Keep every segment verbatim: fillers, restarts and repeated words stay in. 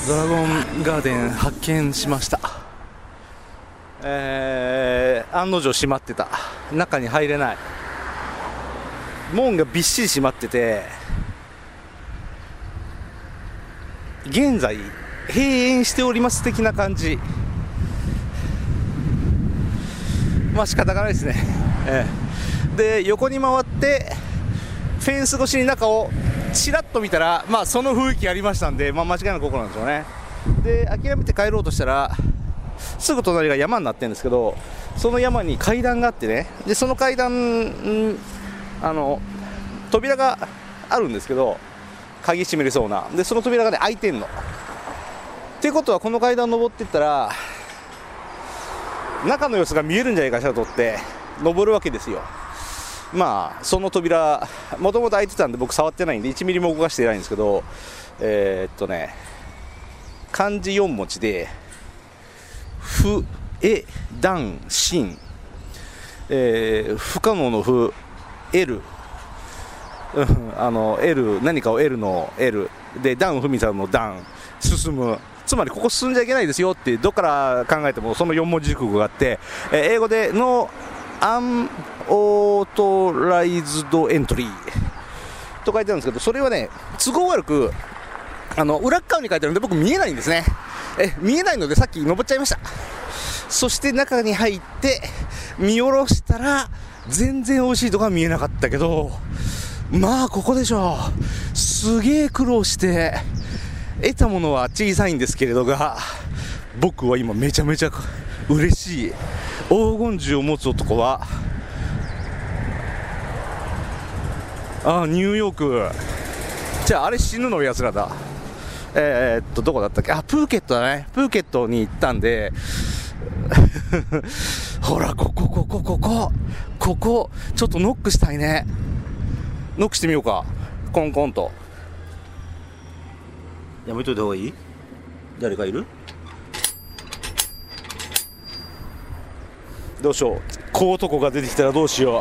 ドラゴンガーデン発見しました。えー、案の定閉まってた。中に入れない。門がびっしり閉まってて、現在閉園しております的な感じ。まあ仕方がないですね、えー、で横に回ってフェンス越しに中をちらっと見たら、まあその雰囲気ありましたんで、まあ、間違いなくここなんでしょうね。で諦めて帰ろうとしたらすぐ隣が山になってるんですけど、その山に階段があってね、でその階段あの扉があるんですけど、鍵閉めれそうなで、その扉がね開いてんの。っていうことはこの階段登っていったら中の様子が見えるんじゃないかしらと思って登るわけですよ。まあその扉もともと開いてたんで僕触ってないんでいちミリも動かしてないんですけど、えー、っとね漢字よん文字で不え断心、えー、不可能の不 L、うん、あの L 何かを L の L で段文さんの段進む、つまりここ進んじゃいけないですよってどっから考えてもそのよん文字熟語があって、えー、英語でのアンオートライズドエントリーと書いてあるんですけど、それはね都合悪くあの裏側に書いてあるんで僕見えないんですね。え見えないのでさっき登っちゃいました。そして中に入って見下ろしたら全然美味しいとこは見えなかったけど、まあここでしょう。すげえ苦労して得たものは小さいんですけれどが、僕は今めちゃめちゃ嬉しい。黄金銃を持つ男はああニューヨークじゃああれ死ぬのやつらだ。えー、っとどこだったっけ、あプーケットだね。プーケットに行ったんでほらここここここここちょっとノックしたいね。ノックしてみようか。コンコンと。やめといた方がいい？誰かいる？どうしよう。小男が出てきたらどうしよう。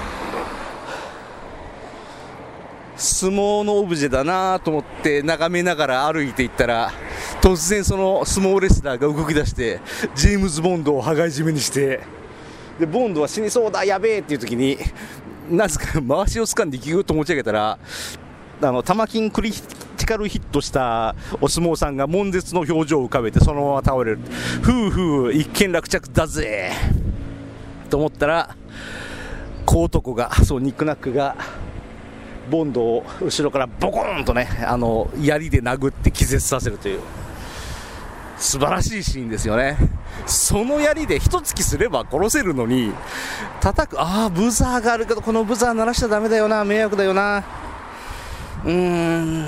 相撲のオブジェだなと思って眺めながら歩いていったら、突然その相撲レスラーが動き出してジェームズ・ボンドを羽交い締めにして、でボンドは死にそうだやべえっていう時になぜか回しをつかんでギューッと持ち上げたら、あの玉金クリティカルヒットしたお相撲さんが悶絶の表情を浮かべてそのまま倒れる。ふうふう一件落着だぜと思ったら、小男がそうニックナックがボンドを後ろからボコーンとね、あの槍で殴って気絶させるという素晴らしいシーンですよね。その槍で一突きすれば殺せるのに叩く。ああブザーがあるけどこのブザー鳴らしちゃダメだよな、迷惑だよな。うーん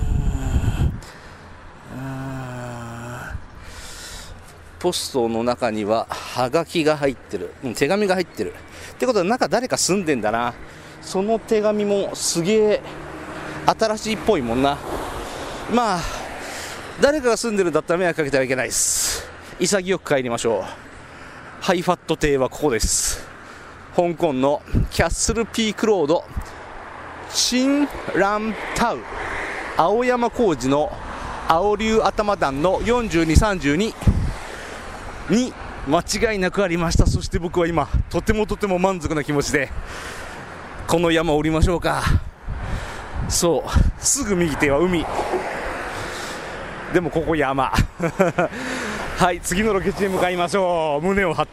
ポストの中にはハガキが入ってる、うん、手紙が入ってるってことは中誰か住んでんだな。その手紙もすげえ新しいっぽいもんな。まあ誰かが住んでるんだったら迷惑かけてはいけないです。潔く帰りましょう。ハイファット邸はここです。香港のキャッスルピークロードチンランタウ青山工事の青龍頭段のよんじゅうに、さんじゅうにに間違いなくありました。そして僕は今とてもとても満足な気持ちでこの山を降りましょうか。そうすぐ右手は海、でもここ山はい次のロケ地へ向かいましょう。胸を張って。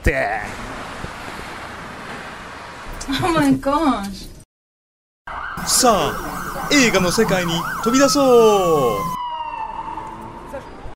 Oh my gosh。 さあ映画の世界に飛び出そう。